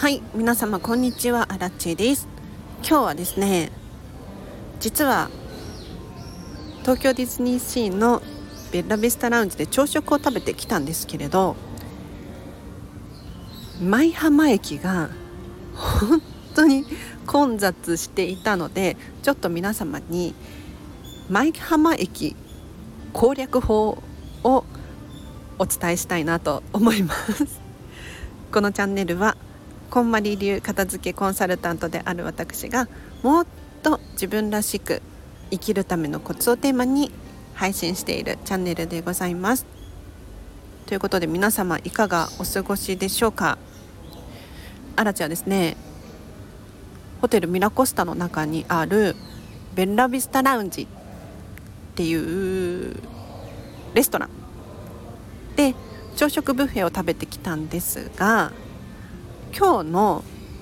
はい、皆様こんにちは、アラチェです。今日はですね、実は東京ディズニーシーのベッラビスタラウンジで朝食を食べてきたんですけれど、舞浜駅が本当に混雑していたので、ちょっと皆様に舞浜駅攻略法をお伝えしたいなと思いますこのチャンネルはこんまり流片付けコンサルタントである私がもっと自分らしく生きるためのコツをテーマに配信しているチャンネルでございます。ということで、皆様いかがお過ごしでしょうか。アラチはですね、ホテルミラコスタの中にあるベッラビスタラウンジっていうレストランで朝食ブッフェを食べてきたんですが、今日の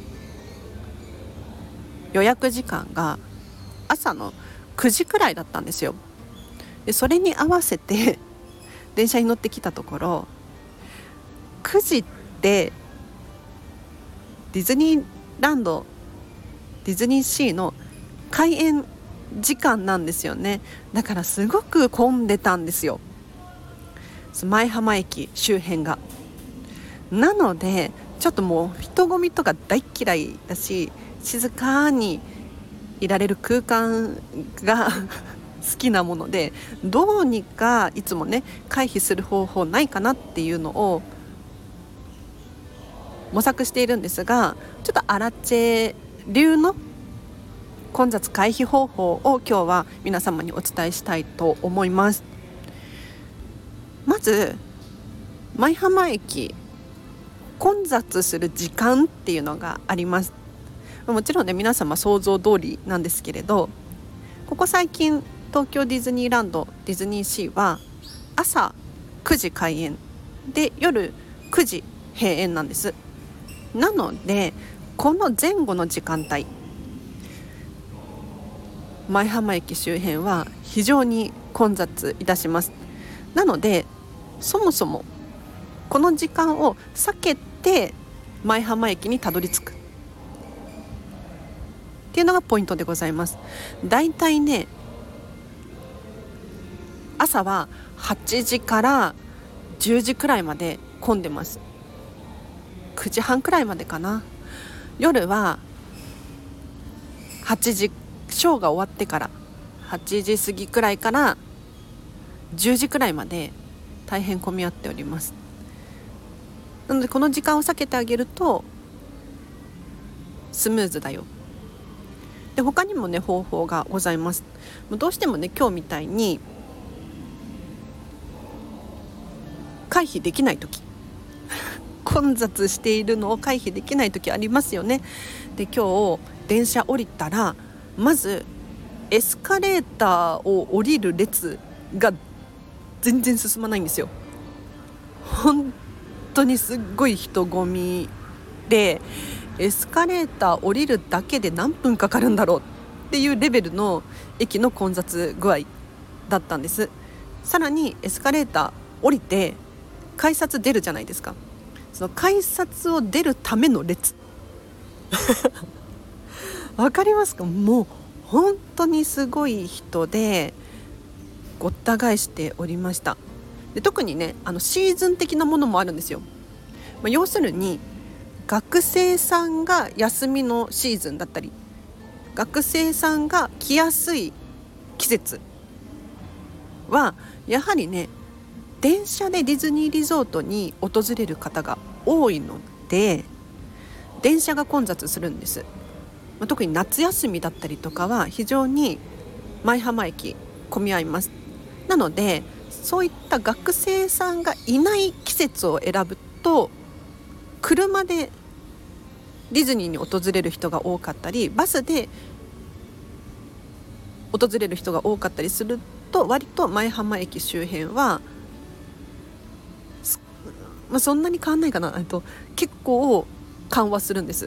予約時間が朝の9時くらいだったんですよ。でそれに合わせて電車に乗ってきたところ、9時ってディズニーランドディズニーシーの開園時間なんですよね。だからすごく混んでたんですよ、舞浜駅周辺が。なのでちょっともう人混みとか大嫌いだし、静かにいられる空間が好きなもので、どうにかいつもね回避する方法ないかなっていうのを模索しているんですが、ちょっとアラチェ流の混雑回避方法を今日は皆様にお伝えしたいと思います。まず舞浜駅混雑する時間っていうのがあります。もちろんね、皆様想像通りなんですけれど、ここ最近東京ディズニーランドディズニーシーは朝9時開園で夜9時閉園なんです。なのでこの前後の時間帯、舞浜駅周辺は非常に混雑いたします。なのでそもそもこの時間を避けて舞浜駅にたどり着くっていうのがポイントでございます。だいたいね、朝は8時から10時くらいまで混んでます。9時半くらいまでかな。夜は8時ショーが終わってから8時過ぎくらいから10時くらいまで大変混み合っております。なのでこの時間を避けてあげるとスムーズだよ。で他にもね方法がございます。どうしてもね今日みたいに回避できない時混雑しているのを回避できない時ありますよね。で今日電車降りたらまずエスカレーターを降りる列が全然進まないんですよ。本当にすっごい人混みで、エスカレーター降りるだけで何分かかるんだろうっていうレベルの駅の混雑具合だったんです。さらにエスカレーター降りて改札出るじゃないですか。その改札を出るための列わかりますか？もう本当にすごい人でごった返しておりました。で特にねシーズン的なものもあるんですよ。要するに学生さんが休みのシーズンだったり、学生さんが来やすい季節はやはりね電車でディズニーリゾートに訪れる方が多いので電車が混雑するんです。特に夏休みだったりとかは非常に舞浜駅混み合います。なのでそういった学生さんがいない季節を選ぶと車でディズニーに訪れる人が多かったり、バスで訪れる人が多かったりすると、割と舞浜駅周辺はそんなに変わんないかな、結構緩和するんです。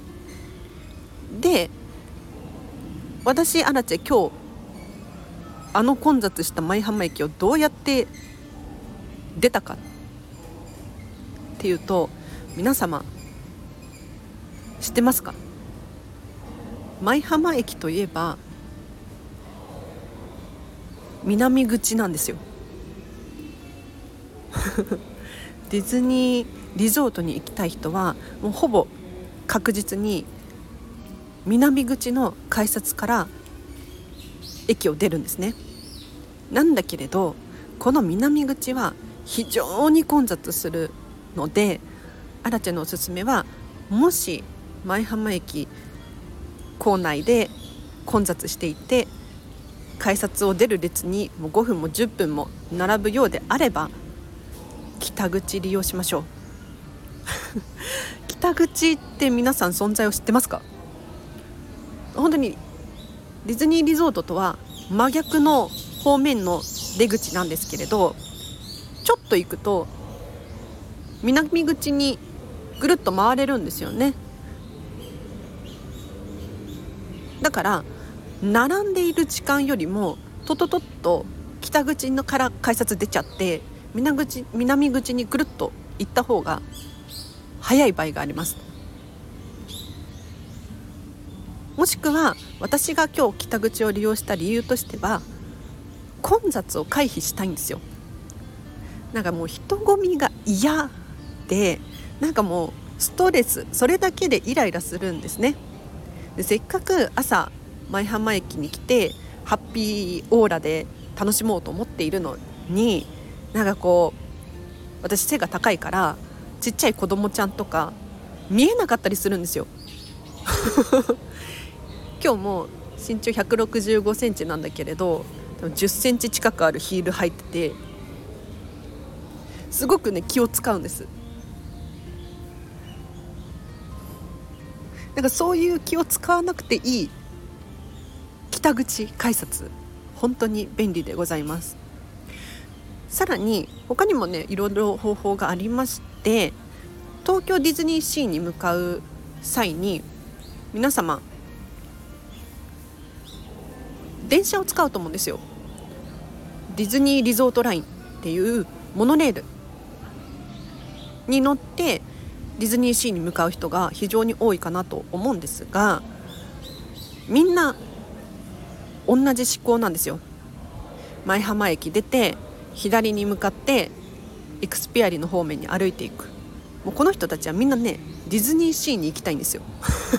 で私アラチェ今日混雑した舞浜駅をどうやって出たかっていうと、皆様知ってますか？舞浜駅といえば南口なんですよディズニーリゾートに行きたい人はもうほぼ確実に南口の改札から駅を出るんですね。なんだけれどこの南口は非常に混雑するので、アラチェのおすすめは、もし舞浜駅構内で混雑していて改札を出る列にもう5分も10分も並ぶようであれば北口利用しましょう北口って皆さん存在を知ってますか？本当にディズニーリゾートとは真逆の方面の出口なんですけれど、ちょっと行くと南口にぐるっと回れるんですよね。だから並んでいる時間よりもと北口のから改札出ちゃって南口にぐるっと行った方が早い場合があります。もしくは私が今日北口を利用した理由としては、混雑を回避したいんですよ。なんかもう人混みが嫌で、なんかもうストレス、それだけでイライラするんですね。でせっかく朝舞浜駅に来てハッピーオーラで楽しもうと思っているのに、なんかこう私背が高いからちっちゃい子供ちゃんとか見えなかったりするんですよ今日も身長165センチなんだけれど10センチ近くあるヒール履いてて、すごくね気を使うんです。なんかそういう気を使わなくていい北口改札、本当に便利でございます。さらに他にもねいろいろ方法がありまして、東京ディズニーシーに向かう際に皆様電車を使うと思うんですよ。ディズニーリゾートラインっていうモノレールに乗ってディズニーシーに向かう人が非常に多いかなと思うんですが、みんな同じ思考なんですよ。舞浜駅出て左に向かってエクスピアリの方面に歩いていく。もうこの人たちはみんなねディズニーシーに行きたいんですよ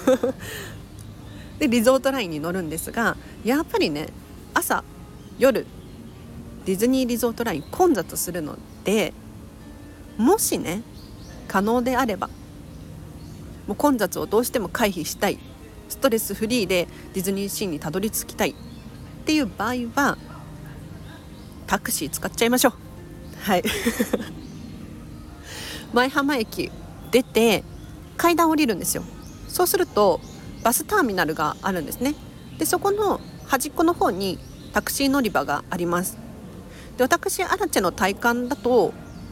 でリゾートラインに乗るんですが、やっぱりね朝夜ディズニーリゾートライン混雑するので、もしね可能であればもう混雑をどうしても回避したい、ストレスフリーでディズニーシーにたどり着きたいっていう場合はタクシー使っちゃいましょう。はい舞浜駅出て階段降りるんですよ。そうするとバスターミナルがあるんですね。でそこの端っこの方にタクシー乗り場があります。で私アラチェの体感だと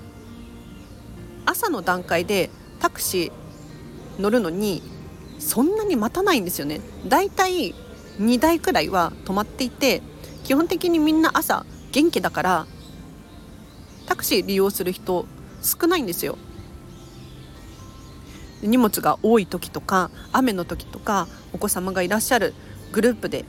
朝の段階でタクシー乗るのにそんなに待たないんですよね。だいたい2台くらいは止まっていて、基本的にみんな朝元気だからタクシー利用する人少ないんですよ。荷物が多い時とか雨の時とかお子様がいらっしゃるグループで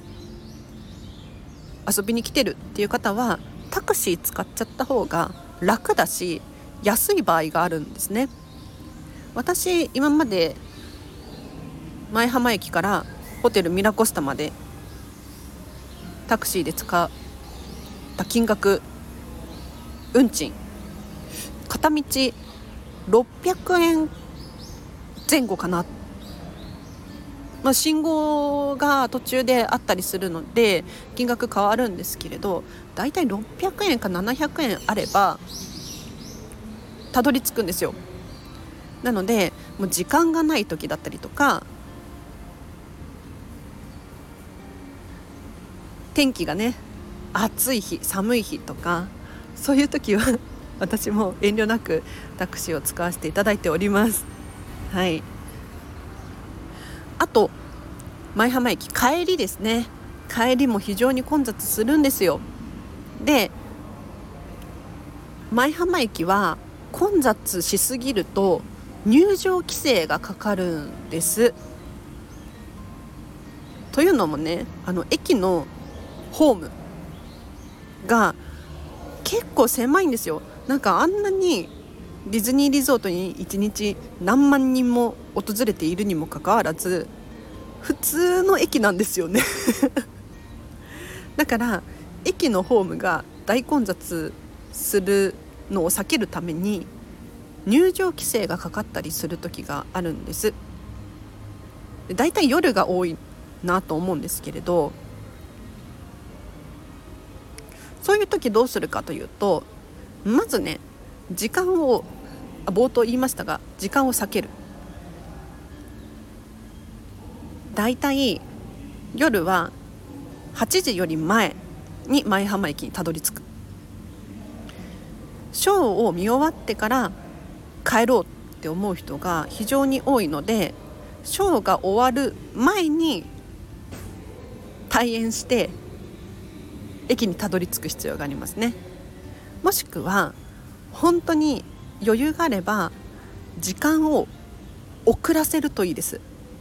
遊びに来てるっていう方はタクシー使っちゃった方が楽だし安い場合があるんですね。私今まで舞浜駅からホテルミラコスタまでタクシーで使った金額、運賃片道600円前後かな。信号が途中であったりするので金額変わるんですけれど、だいたい600円か700円あればたどり着くんですよ。なのでもう時間がない時だったりとか、天気がね暑い日寒い日とか、そういう時は私も遠慮なくタクシーを使わせていただいております。はい。あと舞浜駅帰りですね。帰りも非常に混雑するんですよ。で舞浜駅は混雑しすぎると入場規制がかかるんです。 というのもね、駅のホームが結構狭いんですよ。なんかあんなにディズニーリゾートに1日何万人も訪れているにもかかわらず普通の駅なんですよねだから駅のホームが大混雑するのを避けるために入場規制がかかったりする時があるんです。だいたい夜が多いなと思うんですけれど、そういう時どうするかというと、まずね、時間を冒頭言いましたが時間を避ける。だいたい夜は8時より前に舞浜駅にたどり着く。ショーを見終わってから帰ろうって思う人が非常に多いので、ショーが終わる前に退園して駅にたどり着く必要がありますね。もしくは本当に余裕があれば時間を遅らせるといいです。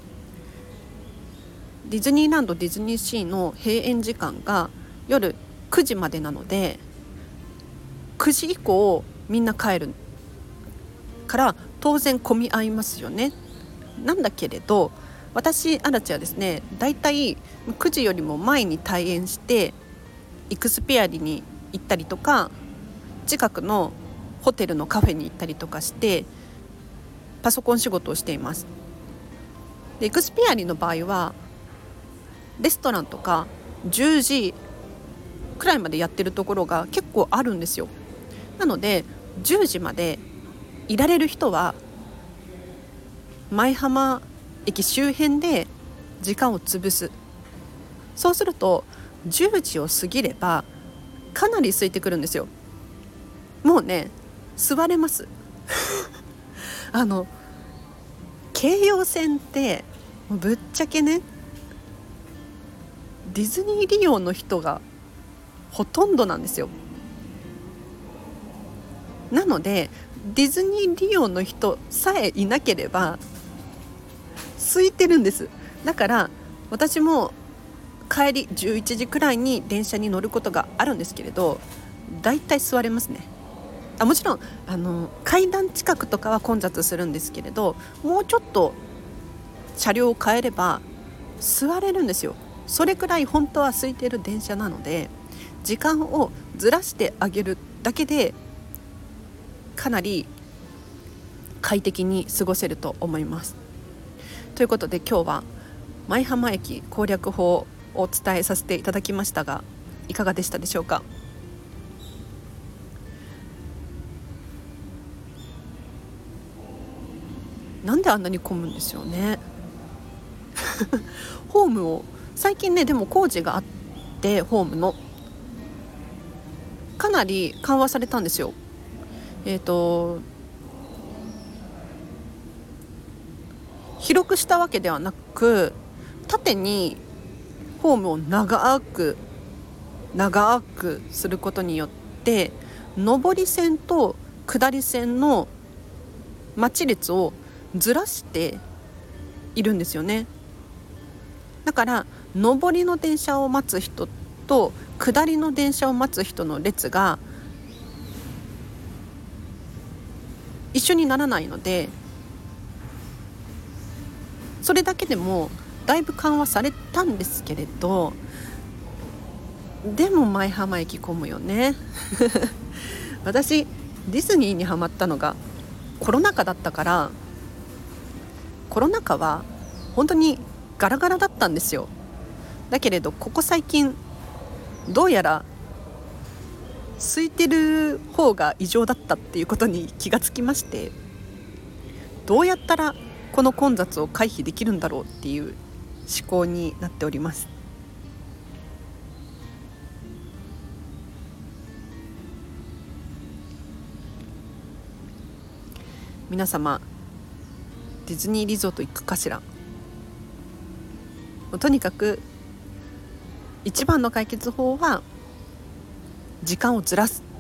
ディズニーランド、ディズニーシーの閉園時間が夜9時までなので、9時以降みんな帰るから当然混み合いますよね。なんだけれど私アラチはですね、だいたい9時よりも前に退園してイクスピアリに行ったりとか、近くのホテルのカフェに行ったりとかしてパソコン仕事をしています。でイクスピアリの場合はレストランとか10時くらいまでやってるところが結構あるんですよ。なので10時までいられる人は舞浜駅周辺で時間を潰す。そうすると10時を過ぎればかなり空いてくるんですよ。もうね、座れます京葉線ってぶっちゃけね、ディズニー利用の人がほとんどなんですよ。なのでディズニー利用の人さえいなければ空いてるんです。だから私も帰り11時くらいに電車に乗ることがあるんですけれど、だいたい座れますね。もちろん階段近くとかは混雑するんですけれど、もうちょっと車両を変えれば座れるんですよ。それくらい本当は空いてる電車なので、時間をずらしてあげるだけでかなり快適に過ごせると思います。ということで今日は舞浜駅攻略法をお伝えさせていただきましたが、いかがでしたでしょうか。なんであんなに混むんですよねホームを最近ね、でも工事があってホームのかなり緩和されたんですよ。広くしたわけではなく、縦にホームを長くすることによって上り線と下り線の待ち列をずらしているんですよね。だから上りの電車を待つ人と下りの電車を待つ人の列が一緒にならないので、それだけでもだいぶ緩和されたんですけれど、でも舞浜駅混むよね私ディズニーにハマったのがコロナ禍だったから、コロナ禍は本当にガラガラだったんですよ。だけれどここ最近どうやら空いてる方が異常だったっていうことに気がつきまして、どうやったらこの混雑を回避できるんだろうっていう思考になっております。皆様ディズニーリゾート行くかしら。とにかく一番の解決法は時間をずらす。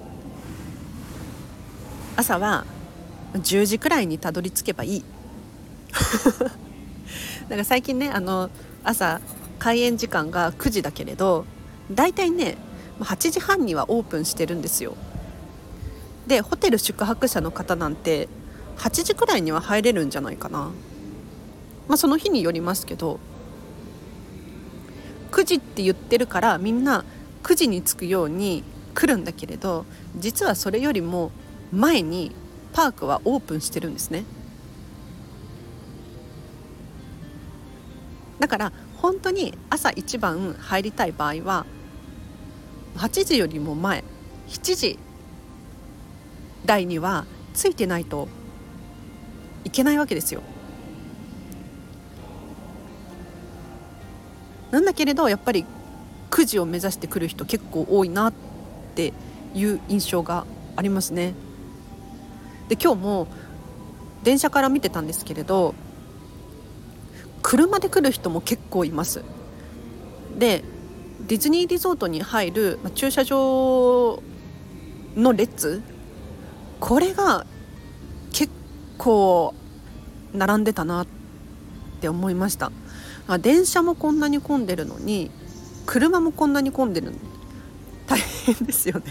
朝は10時くらいにたどり着けばいいだから最近ね、朝開園時間が9時だけれど、だいたいね8時半にはオープンしてるんですよ。でホテル宿泊者の方なんて8時くらいには入れるんじゃないかな。その日によりますけど、9時って言ってるからみんな9時に着くように来るんだけれど、実はそれよりも前にパークはオープンしてるんですね。だから本当に朝一番入りたい場合は8時よりも前、7時台にはついてないといけないわけですよ。なんだけれどやっぱり9時を目指してくる人結構多いなっていう印象がありますね。で今日も電車から見てたんですけれど、車で来る人も結構います。でディズニーリゾートに入る駐車場の列、これが結構並んでたなって思いました。電車もこんなに混んでるのに車もこんなに混んでるの、大変ですよね。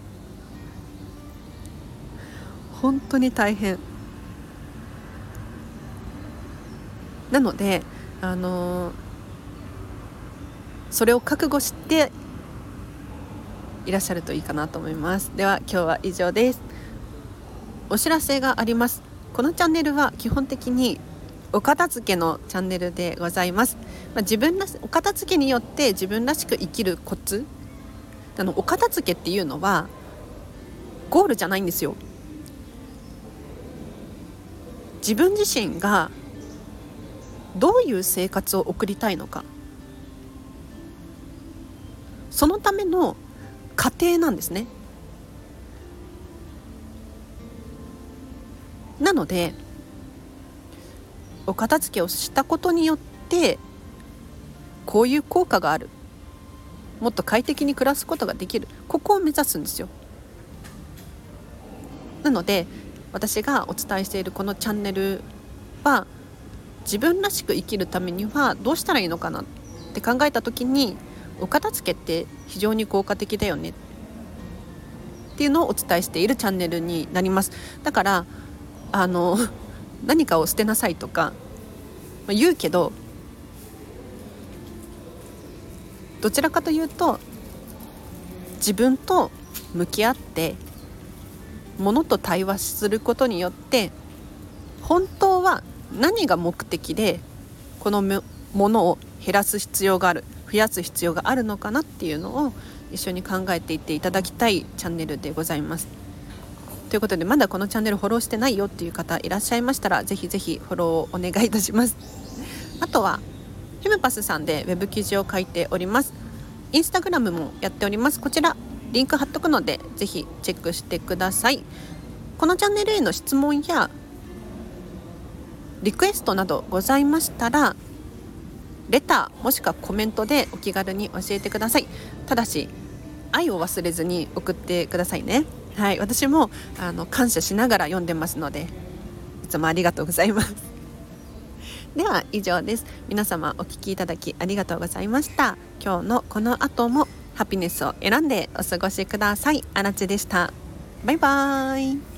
本当に大変なので、それを覚悟していらっしゃるといいかなと思います。では今日は以上です。お知らせがあります。このチャンネルは基本的にお片付けのチャンネルでございます。お片付けによって自分らしく生きるコツ、お片付けっていうのはゴールじゃないんですよ。自分自身がどういう生活を送りたいのか、そのための過程なんですね。なのでお片付けをしたことによってこういう効果がある、もっと快適に暮らすことができる、ここを目指すんですよ。なので私がお伝えしているこのチャンネルは自分らしく生きるためにはどうしたらいいのかなって考えた時に、お片付けって非常に効果的だよねっていうのをお伝えしているチャンネルになります。だから何かを捨てなさいとか言うけど、どちらかというと自分と向き合って物と対話することによって、本当は何が目的でこのものを減らす必要がある、増やす必要があるのかなっていうのを一緒に考えていっていただきたいチャンネルでございます。ということで、まだこのチャンネルフォローしてないよっていう方いらっしゃいましたら、ぜひぜひフォローをお願いいたします。あとはフェムパスさんでウェブ記事を書いております。インスタグラムもやっております。こちらリンク貼っとくのでぜひチェックしてください。このチャンネルへの質問やリクエストなどございましたら、レターもしくはコメントでお気軽に教えてください。ただし愛を忘れずに送ってくださいね。はい、私も感謝しながら読んでますので、いつもありがとうございます。では以上です。皆様お聞きいただきありがとうございました。今日のこの後もハピネスを選んでお過ごしください。あらちでした。バイバーイ。